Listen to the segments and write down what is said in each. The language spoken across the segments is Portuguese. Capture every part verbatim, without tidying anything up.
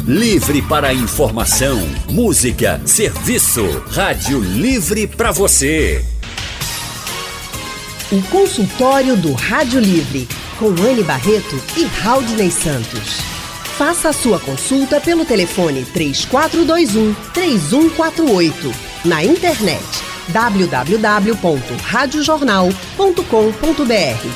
Livre para informação, música, serviço. Rádio Livre para você. O consultório do Rádio Livre, com Anne Barreto e Raudney Santos. Faça a sua consulta pelo telefone três quatro dois um, três um quatro oito. Na internet w w w ponto rádio jornal ponto com ponto b r.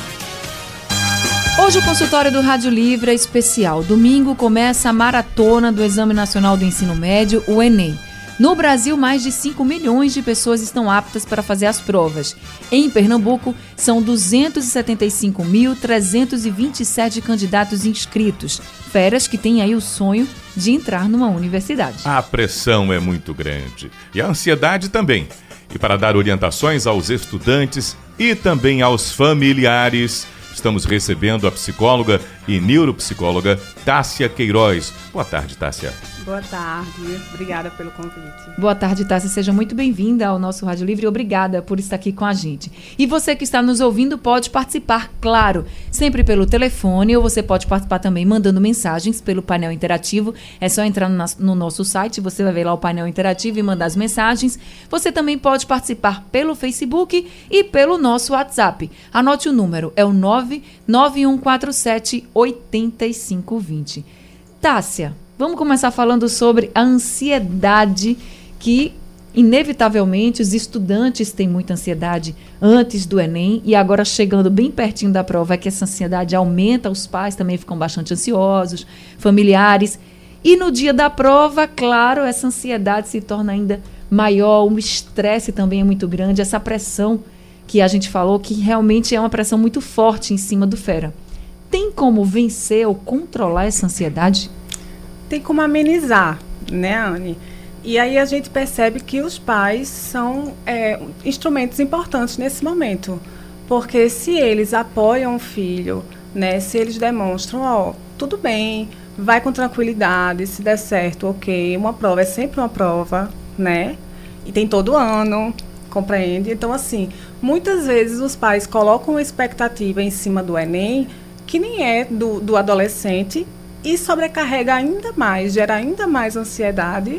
Hoje o consultório do Rádio Livre é especial. Domingo começa a maratona do Exame Nacional do Ensino Médio, o Enem. No Brasil, mais de cinco milhões de pessoas estão aptas para fazer as provas. Em Pernambuco, são duzentos e setenta e cinco mil, trezentos e vinte e sete candidatos inscritos. Feras que têm aí o sonho de entrar numa universidade. A pressão é muito grande e a ansiedade também. E para dar orientações aos estudantes e também aos familiares, estamos recebendo a psicóloga e neuropsicóloga Tássia Queiroz. Boa tarde, Tássia. Boa tarde, obrigada pelo convite. Boa tarde, Tássia, seja muito bem-vinda ao nosso Rádio Livre e obrigada por estar aqui com a gente. E você que está nos ouvindo pode participar, claro, sempre pelo telefone, ou você pode participar também mandando mensagens pelo painel interativo. É só entrar no, no nosso site, você vai ver lá o painel interativo e mandar as mensagens. Você também pode participar pelo Facebook e pelo nosso WhatsApp. Anote o número, é o nove nove um quatro sete oito cinco dois zero. Tássia, vamos começar falando sobre a ansiedade que, inevitavelmente, os estudantes têm muita ansiedade antes do Enem e agora chegando bem pertinho da prova é que essa ansiedade aumenta, os pais também ficam bastante ansiosos, familiares. E no dia da prova, claro, essa ansiedade se torna ainda maior, o estresse também é muito grande, essa pressão que a gente falou que realmente é uma pressão muito forte em cima do fera. Tem como vencer ou controlar essa ansiedade? Tem como amenizar, né, Anne? E aí a gente percebe que os pais são é, instrumentos importantes nesse momento. Porque se eles apoiam o filho, né, se eles demonstram, ó, tudo bem, vai com tranquilidade, se der certo, ok, uma prova é sempre uma prova, né? E tem todo ano, compreende? Então, assim, muitas vezes os pais colocam uma expectativa em cima do Enem que nem é do, do adolescente e sobrecarrega ainda mais, gera ainda mais ansiedade,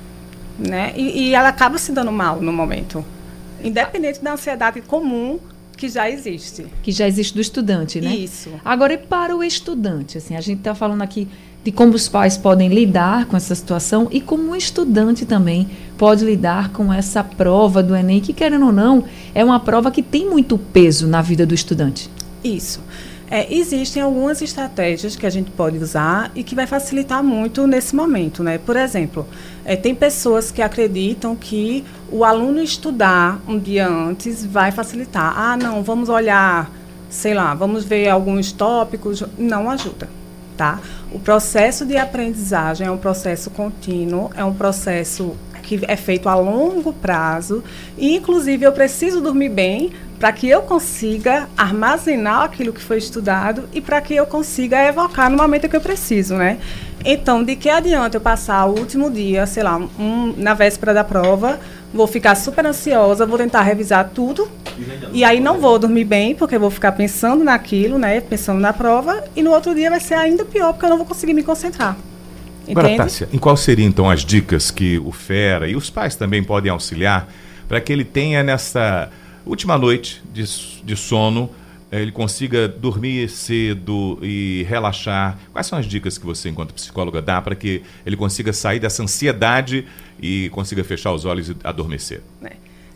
né? E, e ela acaba se dando mal no momento, independente da ansiedade comum que já existe. Que já existe do estudante, né? Isso. Agora, e para o estudante? Assim, a gente está falando aqui de como os pais podem lidar com essa situação e como o estudante também pode lidar com essa prova do Enem, que, querendo ou não, é uma prova que tem muito peso na vida do estudante. Isso. É, existem algumas estratégias que a gente pode usar e que vai facilitar muito nesse momento, né? Por exemplo, é, tem pessoas que acreditam que o aluno estudar um dia antes vai facilitar. Ah, não, vamos olhar, sei lá, vamos ver alguns tópicos. Não ajuda, tá? O processo de aprendizagem é um processo contínuo, é um processo que é feito a longo prazo e, inclusive, eu preciso dormir bem para que eu consiga armazenar aquilo que foi estudado e para que eu consiga evocar no momento que eu preciso, né? Então, de que adianta eu passar o último dia, sei lá, um, na véspera da prova, vou ficar super ansiosa, vou tentar revisar tudo e aí não vou dormir bem porque eu vou ficar pensando naquilo, né? Pensando na prova e no outro dia vai ser ainda pior porque eu não vou conseguir me concentrar. Agora, Tássia, em qual seriam então as dicas que o fera e os pais também podem auxiliar para que ele tenha nessa última noite de, de sono, ele consiga dormir cedo e relaxar? Quais são as dicas que você, enquanto psicóloga, dá para que ele consiga sair dessa ansiedade e consiga fechar os olhos e adormecer? É.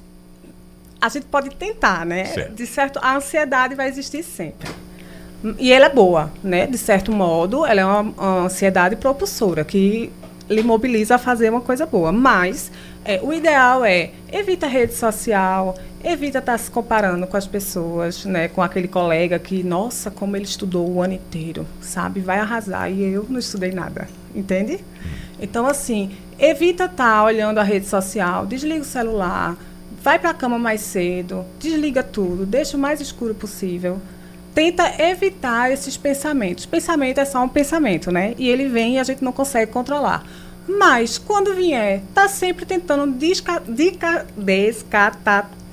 A gente pode tentar, né? Certo. De certo, a ansiedade vai existir sempre. E ela é boa, né? De certo modo, ela é uma, uma ansiedade propulsora, que lhe mobiliza a fazer uma coisa boa. Mas é, o ideal é evita rede social, evita estar se comparando com as pessoas, né? Com aquele colega que, nossa, como ele estudou o ano inteiro, sabe? Vai arrasar e eu não estudei nada, entende? Então, assim, evita estar olhando a rede social, desliga o celular, vai para a cama mais cedo, desliga tudo, deixa o mais escuro possível. Tenta evitar esses pensamentos. Pensamento é só um pensamento, né? E ele vem e a gente não consegue controlar. Mas, quando vier, tá sempre tentando desca- desca- descatar,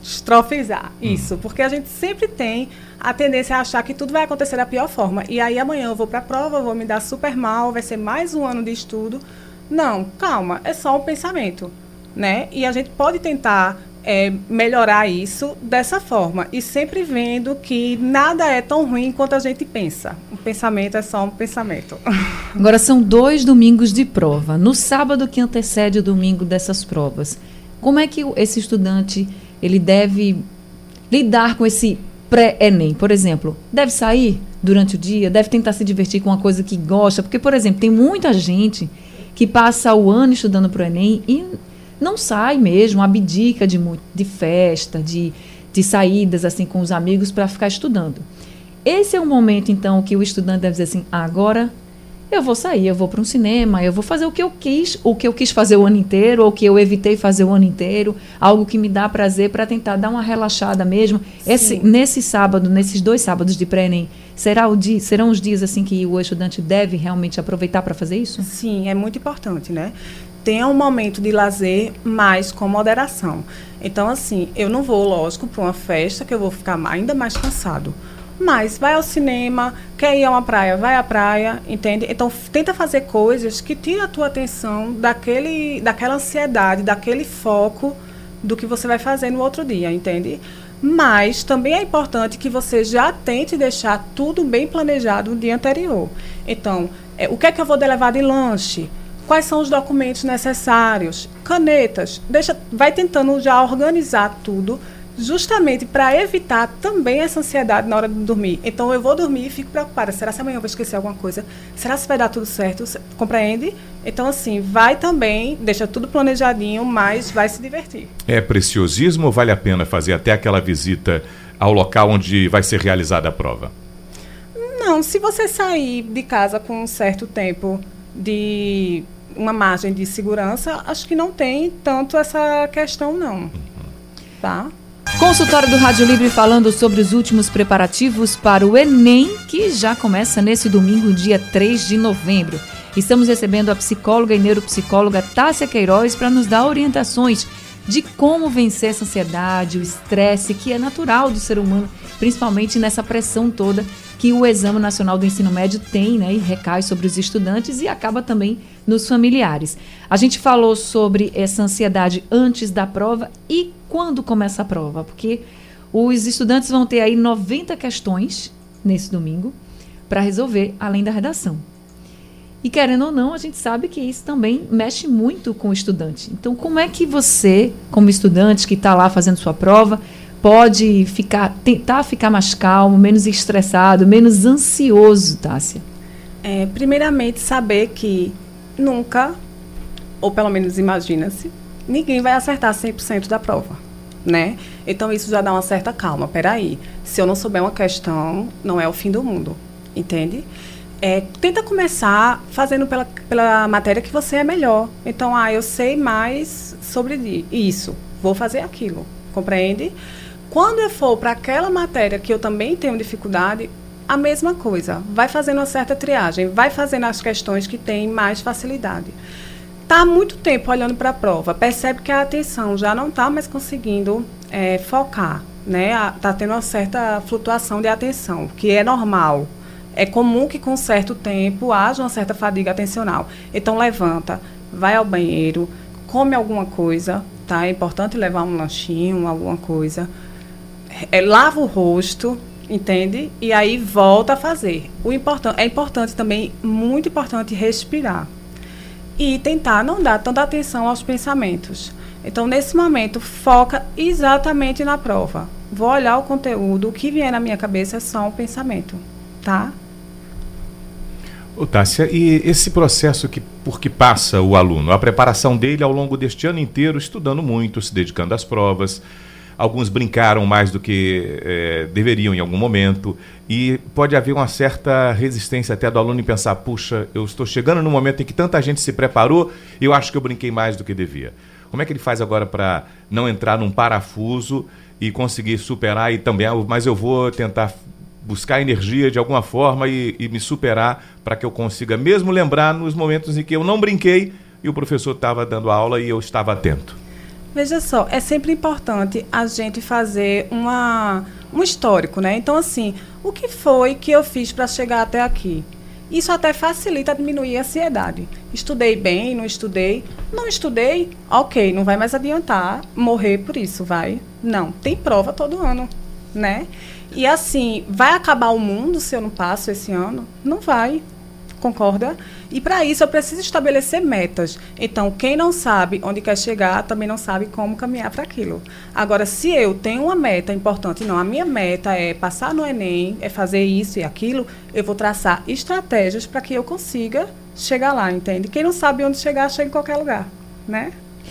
catastrofizar isso, porque a gente sempre tem a tendência a achar que tudo vai acontecer da pior forma. E aí amanhã eu vou para a prova, vou me dar super mal, vai ser mais um ano de estudo. Não, calma, é só um pensamento, né? E a gente pode tentar é, melhorar isso dessa forma. E sempre vendo que nada é tão ruim quanto a gente pensa. O pensamento é só um pensamento. Agora são dois domingos de prova. No sábado que antecede o domingo dessas provas, como é que esse estudante ele deve lidar com esse pré-ENEM? Por exemplo, deve sair durante o dia, deve tentar se divertir com uma coisa que gosta, porque, por exemplo, tem muita gente que passa o ano estudando para o Enem e não sai mesmo, abdica de, de festa, de, de saídas assim com os amigos para ficar estudando. Esse é um momento, então, que o estudante deve dizer assim, ah, agora eu vou sair, eu vou para um cinema, eu vou fazer o que eu quis, o que eu quis fazer o ano inteiro, ou o que eu evitei fazer o ano inteiro, algo que me dá prazer para tentar dar uma relaxada mesmo. Esse, nesse sábado, nesses dois sábados de pré-ENEM, será o dia, serão os dias assim que o estudante deve realmente aproveitar para fazer isso? Sim, é muito importante, né? Tenha um momento de lazer, mas com moderação. Então, assim, eu não vou, lógico, para uma festa que eu vou ficar ainda mais cansado. Mas vai ao cinema, quer ir a uma praia, vai à praia, entende? Então, tenta fazer coisas que tirem a tua atenção daquele, daquela ansiedade, daquele foco do que você vai fazer no outro dia, entende? Mas também é importante que você já tente deixar tudo bem planejado no dia anterior. Então, é, o que é que eu vou levar de lanche? Quais são os documentos necessários? Canetas. Deixa, vai tentando já organizar tudo, justamente para evitar também essa ansiedade na hora de dormir. Então, eu vou dormir e fico preocupada. Será que amanhã eu vou esquecer alguma coisa? Será que vai dar tudo certo? Compreende? Então, assim, vai também, deixa tudo planejadinho, mas vai se divertir. É preciosismo ou vale a pena fazer até aquela visita ao local onde vai ser realizada a prova? Não, se você sair de casa com um certo tempo de uma margem de segurança, acho que não tem tanto essa questão, não. Tá? Consultório do Rádio Livre falando sobre os últimos preparativos para o Enem, que já começa nesse domingo, dia três de novembro. Estamos recebendo a psicóloga e neuropsicóloga Tássia Queiroz para nos dar orientações de como vencer essa ansiedade, o estresse, que é natural do ser humano, principalmente nessa pressão toda que o Exame Nacional do Ensino Médio tem, né, e recai sobre os estudantes e acaba também nos familiares. A gente falou sobre essa ansiedade antes da prova e quando começa a prova, porque os estudantes vão ter aí noventa questões nesse domingo para resolver, além da redação. E querendo ou não, a gente sabe que isso também mexe muito com o estudante. Então, como é que você, como estudante que está lá fazendo sua prova, pode ficar, tentar ficar mais calmo, menos estressado, menos ansioso, Tássia? É, primeiramente, saber que nunca, ou pelo menos imagina-se, ninguém vai acertar cem por cento da prova, né? Então, isso já dá uma certa calma. Peraí, se eu não souber uma questão, não é o fim do mundo, entende? É, tenta começar fazendo pela, pela matéria que você é melhor. Então, ah, eu sei mais sobre isso, vou fazer aquilo, compreende? Quando eu for para aquela matéria que eu também tenho dificuldade, a mesma coisa. Vai fazendo uma certa triagem, vai fazendo as questões que têm mais facilidade. Está há muito tempo olhando para a prova, percebe que a atenção já não está mais conseguindo é, focar, né? Está tendo uma certa flutuação de atenção, que é normal. É comum que com certo tempo haja uma certa fadiga atencional. Então, levanta, vai ao banheiro, come alguma coisa, tá? É importante levar um lanchinho, alguma coisa. É, lava o rosto, entende? E aí volta a fazer. O importante, é importante também, muito importante, respirar. E tentar não dar tanta atenção aos pensamentos. Então, nesse momento, foca exatamente na prova. Vou olhar o conteúdo, o que vier na minha cabeça é só um pensamento, tá? Ô, Tássia, e esse processo que, por que passa o aluno, a preparação dele ao longo deste ano inteiro, estudando muito, se dedicando às provas, alguns brincaram mais do que é, deveriam em algum momento, e pode haver uma certa resistência até do aluno em pensar, puxa, eu estou chegando no momento em que tanta gente se preparou, e eu acho que eu brinquei mais do que devia. Como é que ele faz agora para não entrar num parafuso e conseguir superar, e também, mas eu vou tentar buscar energia de alguma forma e, e me superar para que eu consiga mesmo lembrar nos momentos em que eu não brinquei e o professor estava dando aula e eu estava atento? Veja só, é sempre importante a gente fazer uma, um histórico, né? Então, assim, o que foi que eu fiz para chegar até aqui? Isso até facilita diminuir a ansiedade. Estudei bem, não estudei? Não estudei? Ok, não vai mais adiantar morrer por isso, vai? Não, tem prova todo ano, né? E assim, vai acabar o mundo se eu não passo esse ano? Não vai. Concorda? E para isso eu preciso estabelecer metas. Então, quem não sabe onde quer chegar, também não sabe como caminhar para aquilo. Agora, se eu tenho uma meta importante, não, a minha meta é passar no Enem, é fazer isso e aquilo, eu vou traçar estratégias para que eu consiga chegar lá, entende? Quem não sabe onde chegar, chega em qualquer lugar, né?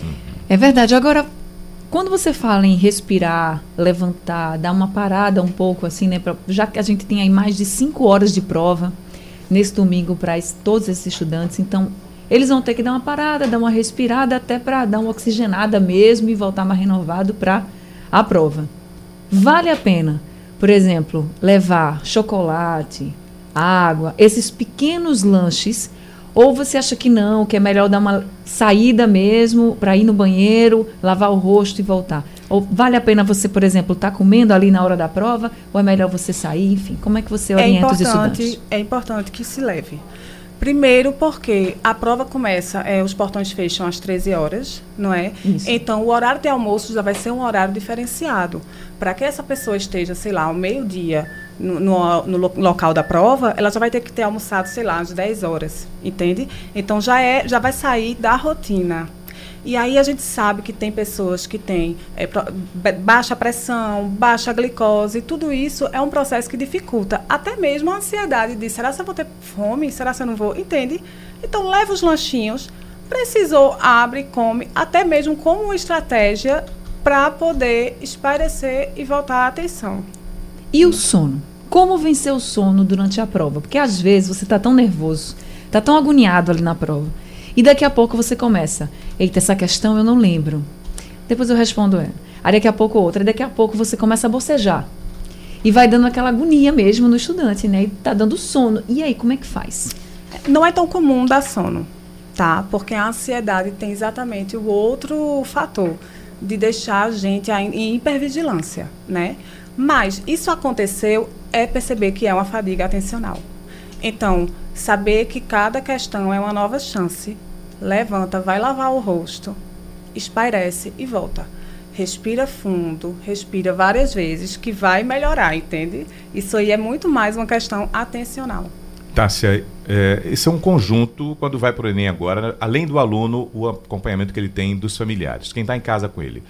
É verdade. Agora, quando você fala em respirar, levantar, dar uma parada um pouco, assim, né? Pra, já que a gente tem aí mais de cinco horas de prova nesse domingo para todos esses estudantes, então eles vão ter que dar uma parada, dar uma respirada até para dar uma oxigenada mesmo e voltar mais renovado para a prova. Vale a pena, por exemplo, levar chocolate, água, esses pequenos lanches, ou você acha que não, que é melhor dar uma saída mesmo para ir no banheiro, lavar o rosto e voltar? Ou vale a pena você, por exemplo, estar tá comendo ali na hora da prova, ou é melhor você sair? Enfim, como é que você orienta é os estudantes? É importante que se leve. Primeiro porque a prova começa, é, os portões fecham às treze horas, não é? Isso. Então, o horário de almoço já vai ser um horário diferenciado. Para que essa pessoa esteja, sei lá, ao meio-dia no, no, no local da prova, ela já vai ter que ter almoçado, sei lá, às dez horas, entende? Então, já, é, já vai sair da rotina. E aí a gente sabe que tem pessoas que têm é, baixa pressão, baixa glicose, tudo isso é um processo que dificulta até mesmo a ansiedade de será que eu vou ter fome? Será que eu não vou? Entende? Então leva os lanchinhos, precisou, abre, come, até mesmo como uma estratégia para poder espairecer e voltar a atenção. E o sono? Como vencer o sono durante a prova? Porque às vezes você está tão nervoso, está tão agoniado ali na prova. E daqui a pouco você começa, eita, essa questão eu não lembro. Depois eu respondo ela. Aí daqui a pouco outra. E daqui a pouco você começa a bocejar. E vai dando aquela agonia mesmo no estudante, né? E tá dando sono. E aí, como é que faz? Não é tão comum dar sono, tá? Porque a ansiedade tem exatamente o outro fator de deixar a gente em hipervigilância, né? Mas isso aconteceu é perceber que é uma fadiga atencional. Então, saber que cada questão é uma nova chance, levanta, vai lavar o rosto, espairece e volta. Respira fundo, respira várias vezes, que vai melhorar, entende? Isso aí é muito mais uma questão atencional. Tássia, é, esse é um conjunto, quando vai para o Enem agora, além do aluno, o acompanhamento que ele tem dos familiares, quem está em casa com ele.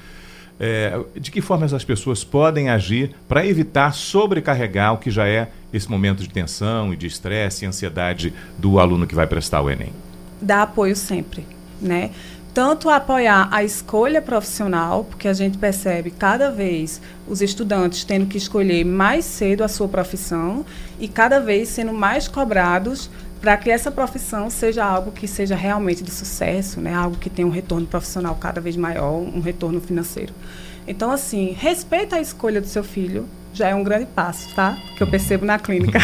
É, de que forma as pessoas podem agir para evitar sobrecarregar o que já é esse momento de tensão e de estresse e ansiedade do aluno que vai prestar o Enem? Dá apoio sempre, né? Tanto apoiar a escolha profissional, porque a gente percebe cada vez os estudantes tendo que escolher mais cedo a sua profissão e cada vez sendo mais cobrados para que essa profissão seja algo que seja realmente de sucesso, né? Algo que tenha um retorno profissional cada vez maior, um retorno financeiro. Então, assim, respeita a escolha do seu filho, já é um grande passo, tá? Que eu percebo na clínica.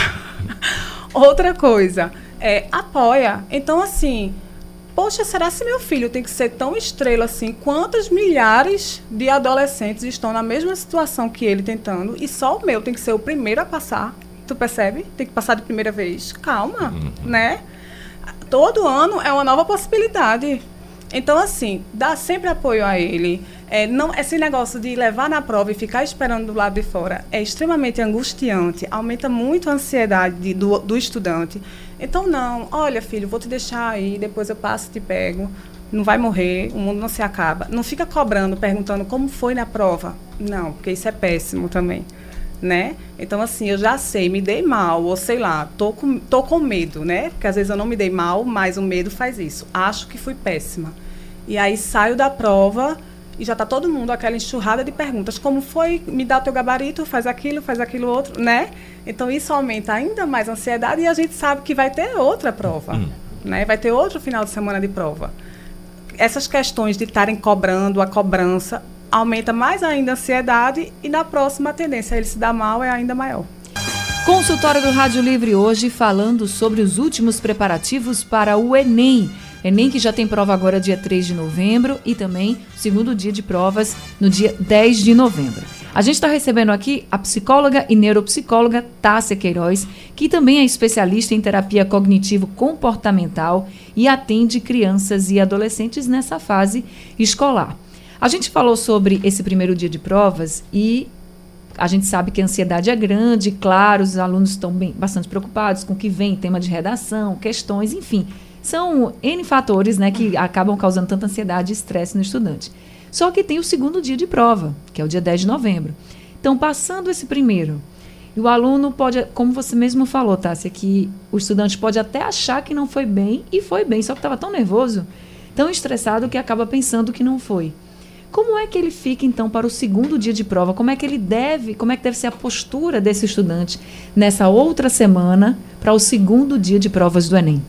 Outra coisa, é, apoia. Então, assim, poxa, será que meu filho tem que ser tão estrela assim? Quantas milhares de adolescentes estão na mesma situação que ele tentando e só o meu tem que ser o primeiro a passar? Tu percebe? Tem que passar de primeira vez. Calma, uhum. né? Todo ano é uma nova possibilidade. Então, assim, dá sempre apoio a ele. É, não, esse negócio de levar na prova e ficar esperando do lado de fora é extremamente angustiante, aumenta muito a ansiedade de, do, do estudante. Então, não, olha, filho, vou te deixar aí, depois eu passo e te pego. Não vai morrer, o mundo não se acaba. Não fica cobrando, perguntando como foi na prova. Não, porque isso é péssimo também. Né? Então, assim, eu já sei, me dei mal, ou sei lá, tô com, tô com medo, né? Porque às vezes eu não me dei mal, mas o medo faz isso. Acho que fui péssima. E aí saio da prova e já tá todo mundo aquela enxurrada de perguntas. Como foi? Me dá o teu gabarito, faz aquilo, faz aquilo outro, né? Então, isso aumenta ainda mais a ansiedade e a gente sabe que vai ter outra prova, hum. né? Vai ter outro final de semana de prova. Essas questões de estarem cobrando, a cobrança aumenta mais ainda a ansiedade e na próxima a tendência a ele se dar mal é ainda maior. Consultório do Rádio Livre hoje falando sobre os últimos preparativos para o Enem. Enem que já tem prova agora dia três de novembro e também segundo dia de provas no dia dez de novembro. A gente está recebendo aqui a psicóloga e neuropsicóloga Tássia Queiroz, que também é especialista em terapia cognitivo-comportamental e atende crianças e adolescentes nessa fase escolar. A gente falou sobre esse primeiro dia de provas e a gente sabe que a ansiedade é grande, claro, os alunos estão bem, bastante preocupados com o que vem, tema de redação, questões, enfim. São N fatores, né, que acabam causando tanta ansiedade e estresse no estudante. Só que tem o segundo dia de prova, que é o dia dez de novembro. Então, passando esse primeiro, o aluno pode, como você mesmo falou, Tássia, que o estudante pode até achar que não foi bem, e foi bem, só que estava tão nervoso, tão estressado, que acaba pensando que não foi. Como é que ele fica, então, para o segundo dia de prova? Como é que ele deve, como é que deve ser a postura desse estudante nessa outra semana para o segundo dia de provas do Enem?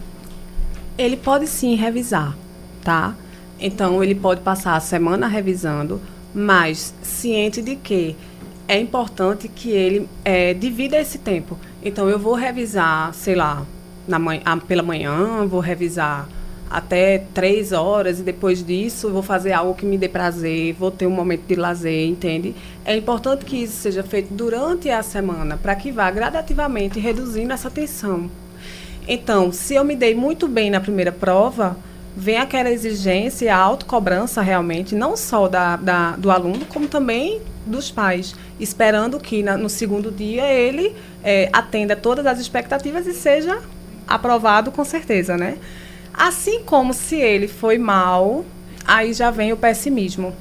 Ele pode sim revisar, tá? Então, ele pode passar a semana revisando, mas ciente de que é importante que ele é, divida esse tempo. Então, eu vou revisar, sei lá, na manhã, pela manhã, vou revisar até três horas e depois disso eu vou fazer algo que me dê prazer, vou ter um momento de lazer, entende? É importante que isso seja feito durante a semana, para que vá gradativamente reduzindo essa tensão. Então, se eu me dei muito bem na primeira prova, vem aquela exigência, a autocobrança realmente, não só da, da, do aluno, como também dos pais, esperando que na, no segundo dia ele é, atenda todas as expectativas e seja aprovado com certeza, né? Assim como se ele foi mal, aí já vem o pessimismo,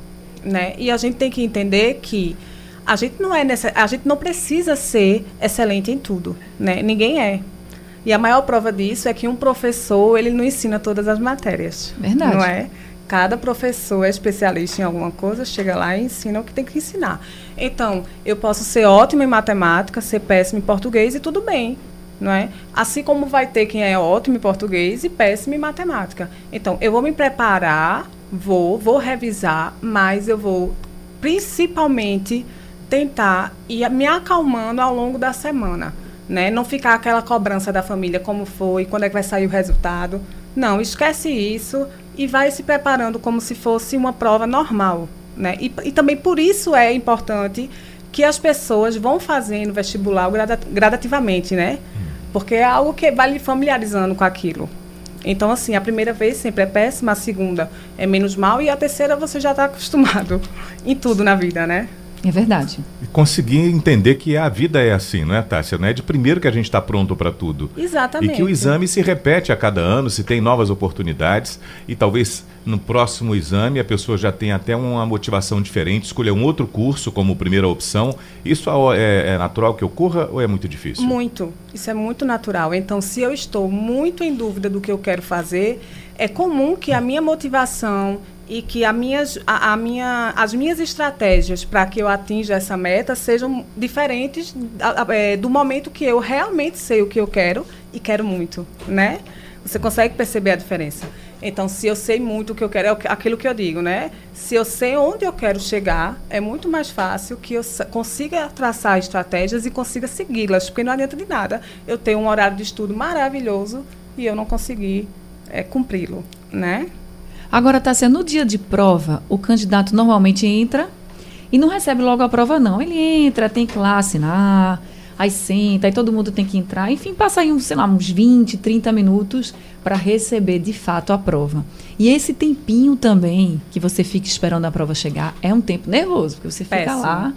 né? E a gente tem que entender que a gente não é nessa, a gente não precisa ser excelente em tudo, né? Ninguém é. E a maior prova disso é que um professor, ele não ensina todas as matérias. Verdade. Não é? Cada professor é especialista em alguma coisa, chega lá e ensina o que tem que ensinar. Então, eu posso ser ótima em matemática, ser péssima em português e tudo bem. Não é? Assim como vai ter quem é ótimo em português e péssimo em matemática. Então, eu vou me preparar, vou, vou revisar, mas eu vou principalmente tentar ir me acalmando ao longo da semana. Né? Não ficar aquela cobrança da família, como foi, quando é que vai sair o resultado. Não, esquece isso e vai se preparando como se fosse uma prova normal. Né? E, e também por isso é importante que as pessoas vão fazendo vestibular grada, gradativamente, né? Porque é algo que vai lhe familiarizando com aquilo. Então, assim, a primeira vez sempre é péssima, a segunda é menos mal e a terceira você já está acostumado em tudo na vida, né? É verdade. E conseguir entender que a vida é assim, não é, Tássia? Não é de primeiro que a gente está pronto para tudo. Exatamente. E que o exame se repete a cada ano, se tem novas oportunidades e talvez no próximo exame a pessoa já tenha até uma motivação diferente, escolher um outro curso como primeira opção. Isso é, é natural que ocorra ou é muito difícil? Muito. Isso é muito natural. Então, se eu estou muito em dúvida do que eu quero fazer, é comum que a minha motivação e que a minhas, a, a minha, as minhas estratégias para que eu atinja essa meta sejam diferentes a, a, é, do momento que eu realmente sei o que eu quero e quero muito, né? Você consegue perceber a diferença. Então, se eu sei muito o que eu quero, é aquilo que eu digo, né? Se eu sei onde eu quero chegar, é muito mais fácil que eu consiga traçar estratégias e consiga segui-las, porque não adianta de nada eu ter um horário de estudo maravilhoso e eu não conseguir é, cumpri-lo, né? Agora, Tássia, no dia de prova, o candidato normalmente entra e não recebe logo a prova, não. Ele entra, tem que lá assinar, aí senta, aí todo mundo tem que entrar. Enfim, passa aí, uns, sei lá, uns vinte, trinta minutos para receber, de fato, a prova. E esse tempinho também, que você fica esperando a prova chegar, é um tempo nervoso, porque você fica Péssimo. lá.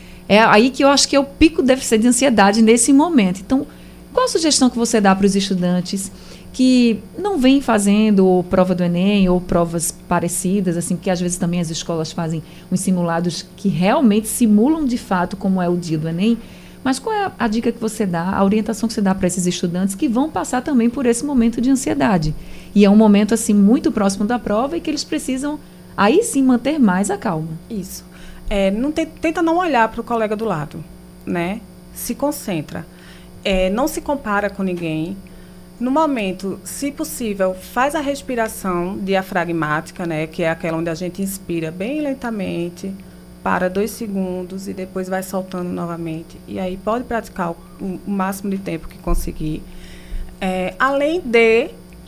É aí que eu acho que é o pico deve ser de ansiedade nesse momento. Então, qual a sugestão que você dá para os estudantes que não vêm fazendo prova do Enem ou provas parecidas, assim, porque às vezes também as escolas fazem uns simulados que realmente simulam de fato como é o dia do Enem, mas qual é a dica que você dá, a orientação que você dá para esses estudantes que vão passar também por esse momento de ansiedade? E é um momento, assim, muito próximo da prova e que eles precisam, aí sim, manter mais a calma. Isso. É, não te, tenta não olhar para o colega do lado, né? Se concentra. É, não se compara com ninguém. No momento, se possível, faz a respiração diafragmática, né, que é aquela onde a gente inspira bem lentamente, para dois segundos e depois vai soltando novamente. E aí pode praticar o, o máximo de tempo que conseguir. É, além de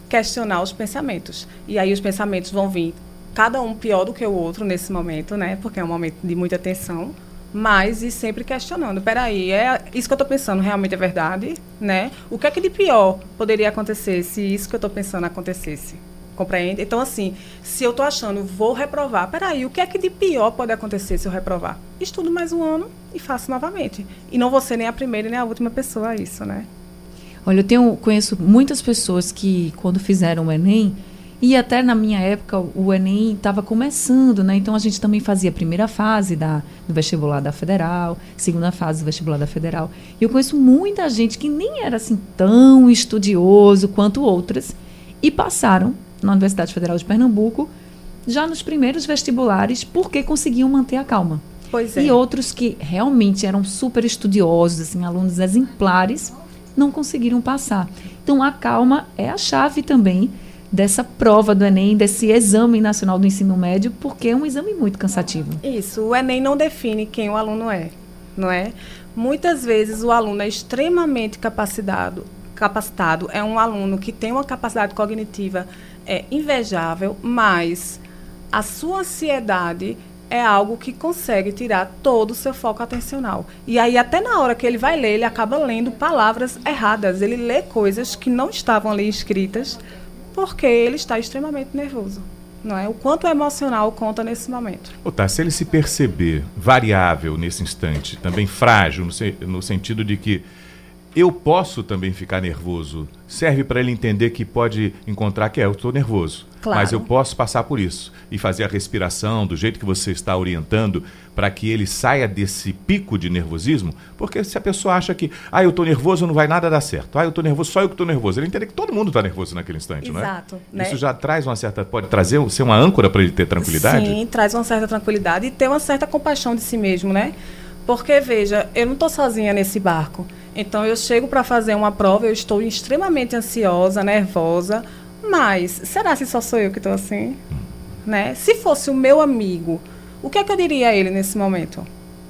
questionar os pensamentos. E aí os pensamentos vão vir, cada um pior do que o outro nesse momento, né? Porque é um momento de muita tensão, mas e sempre questionando. Peraí, é isso que eu estou pensando realmente é verdade, né? O que é que de pior poderia acontecer se isso que eu estou pensando acontecesse? Compreende? Então, assim, se eu estou achando, vou reprovar, peraí, o que é que de pior pode acontecer se eu reprovar? Estudo mais um ano e faço novamente. E não vou ser nem a primeira nem a última pessoa a isso, né? Olha, eu tenho, conheço muitas pessoas que, quando fizeram o Enem, e até na minha época, o Enem estava começando, né? Então, a gente também fazia a primeira fase da, do vestibular da Federal, segunda fase do vestibular da Federal. E eu conheço muita gente que nem era, assim, tão estudioso quanto outras, e passaram na Universidade Federal de Pernambuco, já nos primeiros vestibulares, porque conseguiam manter a calma. Pois é. E outros que realmente eram super estudiosos, assim, alunos exemplares, não conseguiram passar. Então, a calma é a chave também dessa prova do Enem, desse Exame Nacional do Ensino Médio, porque é um exame muito cansativo. Isso, o Enem não define quem o aluno é, não é? Muitas vezes o aluno é extremamente capacitado, capacitado, é um aluno que tem uma capacidade cognitiva é, invejável, mas a sua ansiedade é algo que consegue tirar todo o seu foco atencional. E aí, até na hora que ele vai ler, ele acaba lendo palavras erradas. Ele lê coisas que não estavam ali escritas, porque ele está extremamente nervoso. Não é? O quanto o emocional conta nesse momento. Ô, tá, se ele se perceber variável nesse instante, também frágil, no, se, no sentido de que eu posso também ficar nervoso, serve para ele entender que pode encontrar que é, eu estou nervoso, claro, mas eu posso passar por isso e fazer a respiração do jeito que você está orientando para que ele saia desse pico de nervosismo, porque se a pessoa acha que, ah, eu estou nervoso, não vai nada dar certo, ah, eu estou nervoso, só eu que estou nervoso, ele entende que todo mundo está nervoso naquele instante, não é? Exato. Né? Isso já traz uma certa, pode trazer, ser uma âncora para ele ter tranquilidade? Sim, traz uma certa tranquilidade e ter uma certa compaixão de si mesmo, né? Porque, veja, eu não estou sozinha nesse barco. Então, eu chego para fazer uma prova, eu estou extremamente ansiosa, nervosa, mas será que só sou eu que estou assim? Né? Se fosse o meu amigo, o que é que eu diria a ele nesse momento?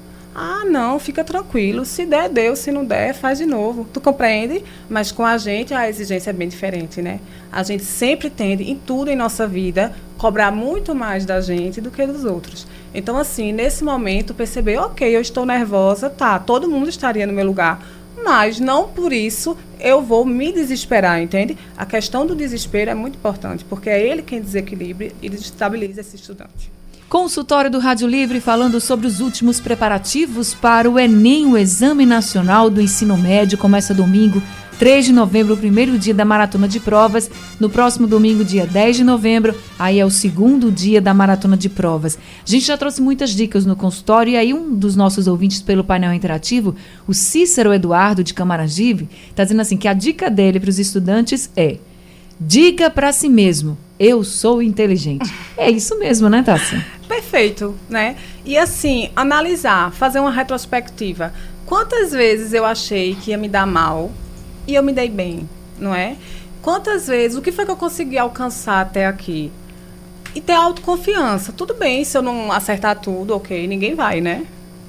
Ah, não, fica tranquilo, se der, deu, se não der, faz de novo. Tu compreende? Mas com a gente, a exigência é bem diferente, né? A gente sempre tende, em tudo em nossa vida, cobrar muito mais da gente do que dos outros. Então, assim, nesse momento, perceber, ok, eu estou nervosa, tá, todo mundo estaria no meu lugar, mas não por isso eu vou me desesperar, entende? A questão do desespero é muito importante, porque é ele quem desequilibra e desestabiliza esse estudante. Consultório do Rádio Livre falando sobre os últimos preparativos para o Enem, o Exame Nacional do Ensino Médio, começa domingo, três de novembro, o primeiro dia da maratona de provas. No próximo domingo, dia dez de novembro, aí é o segundo dia da maratona de provas. A gente já trouxe muitas dicas no consultório e aí um dos nossos ouvintes pelo painel interativo, o Cícero Eduardo de Camaragibe, está dizendo assim que a dica dele para os estudantes é: diga para si mesmo, eu sou inteligente. É isso mesmo, né, Tássia? Perfeito, né? E assim, analisar, fazer uma retrospectiva. Quantas vezes eu achei que ia me dar mal e eu me dei bem, não é? Quantas vezes, o que foi que eu consegui alcançar até aqui? E ter autoconfiança. Tudo bem, se eu não acertar tudo, ok, ninguém vai, né?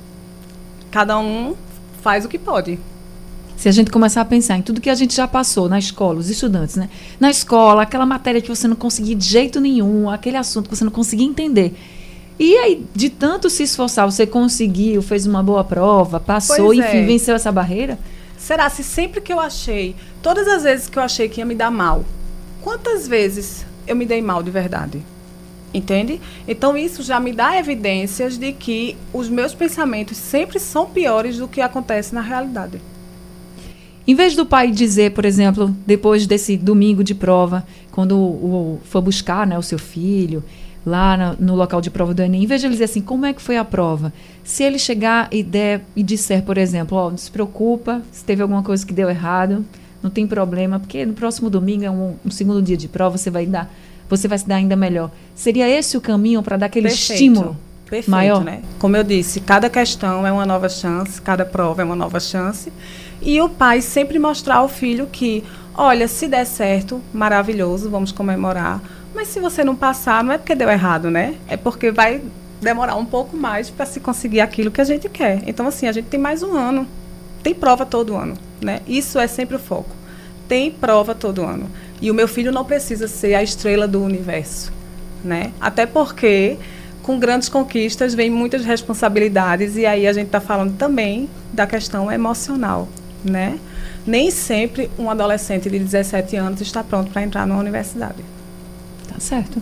Cada um faz o que pode. Se a gente começar a pensar em tudo que a gente já passou na escola, os estudantes, né? Na escola, aquela matéria que você não conseguia de jeito nenhum, aquele assunto que você não conseguia entender. E aí, de tanto se esforçar, você conseguiu, fez uma boa prova, passou, Pois enfim, é. venceu essa barreira? Será se sempre que eu achei, todas as vezes que eu achei que ia me dar mal, quantas vezes eu me dei mal de verdade? Entende? Então, isso já me dá evidências de que os meus pensamentos sempre são piores do que acontece na realidade. Em vez do pai dizer, por exemplo, depois desse domingo de prova, quando o, o, for buscar, né, o seu filho lá no, no local de prova do Enem, em vez de ele dizer assim, como é que foi a prova? Se ele chegar e, der, e disser, por exemplo, ó, não se preocupa, se teve alguma coisa que deu errado, não tem problema, porque no próximo domingo é um, um segundo dia de prova, você vai dar, você vai se dar ainda melhor. Seria esse o caminho para dar aquele Perfeito. estímulo Perfeito, maior? Né? Como eu disse, cada questão é uma nova chance, cada prova é uma nova chance. E o pai sempre mostrar ao filho que, olha, se der certo, maravilhoso, vamos comemorar. Mas se você não passar, não é porque deu errado, né? É porque vai demorar um pouco mais para se conseguir aquilo que a gente quer. Então, assim, a gente tem mais um ano. Tem prova todo ano, né? Isso é sempre o foco. Tem prova todo ano. E o meu filho não precisa ser a estrela do universo, né? Até porque com grandes conquistas vem muitas responsabilidades e aí a gente está falando também da questão emocional, né? Nem sempre um adolescente de dezessete anos está pronto para entrar numa universidade. Tá certo.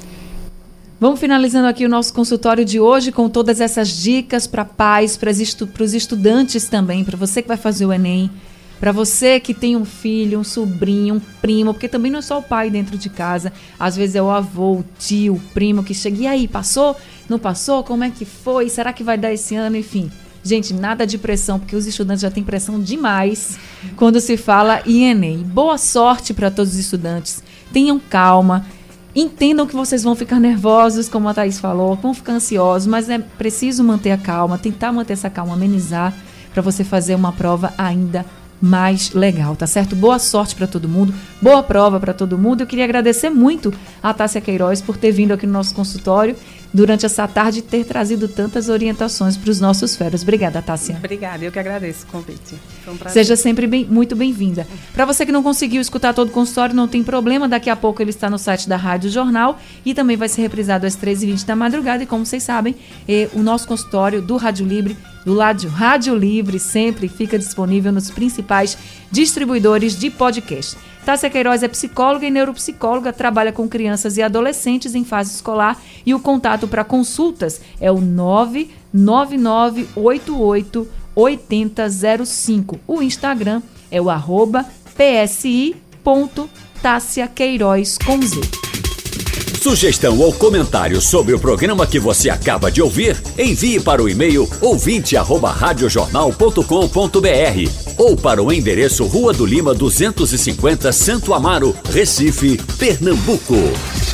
Vamos finalizando aqui o nosso consultório de hoje com todas essas dicas para pais, para estu- os estudantes também, para você que vai fazer o Enem, para você que tem um filho, um sobrinho, um primo, porque também não é só o pai dentro de casa, às vezes é o avô, o tio, o primo que chega, e aí, passou? Não passou? Como é que foi? Será que vai dar esse ano? Enfim, gente, nada de pressão, porque os estudantes já têm pressão demais quando se fala em Enem. Boa sorte para todos os estudantes, tenham calma, entendam que vocês vão ficar nervosos, como a Thaís falou, vão ficar ansiosos, mas é preciso manter a calma, tentar manter essa calma, amenizar, para você fazer uma prova ainda mais legal, tá certo? Boa sorte para todo mundo, boa prova para todo mundo. Eu queria agradecer muito a Tássia Queiroz por ter vindo aqui no nosso consultório durante essa tarde e ter trazido tantas orientações para os nossos feras. Obrigada, Tássia. Obrigada, eu que agradeço o convite. Foi um prazer. Seja sempre bem, muito bem-vinda. Para você que não conseguiu escutar todo o consultório, não tem problema, daqui a pouco ele está no site da Rádio Jornal e também vai ser reprisado às treze e vinte da madrugada. E como vocês sabem, eh, o nosso consultório do Rádio Livre, do lado Rádio Livre, sempre fica disponível nos principais distribuidores de podcast. Tássia Queiroz é psicóloga e neuropsicóloga, trabalha com crianças e adolescentes em fase escolar e o contato para consultas é o nove nove nove oito oito oito zero zero cinco. O Instagram é o arroba psi ponto Tássia Queiroz com Z. Sugestão ou comentário sobre o programa que você acaba de ouvir, envie para o e-mail ouvinte arroba radiojornal ponto com ponto br ou para o endereço Rua do Lima duzentos e cinquenta, Santo Amaro, Recife, Pernambuco.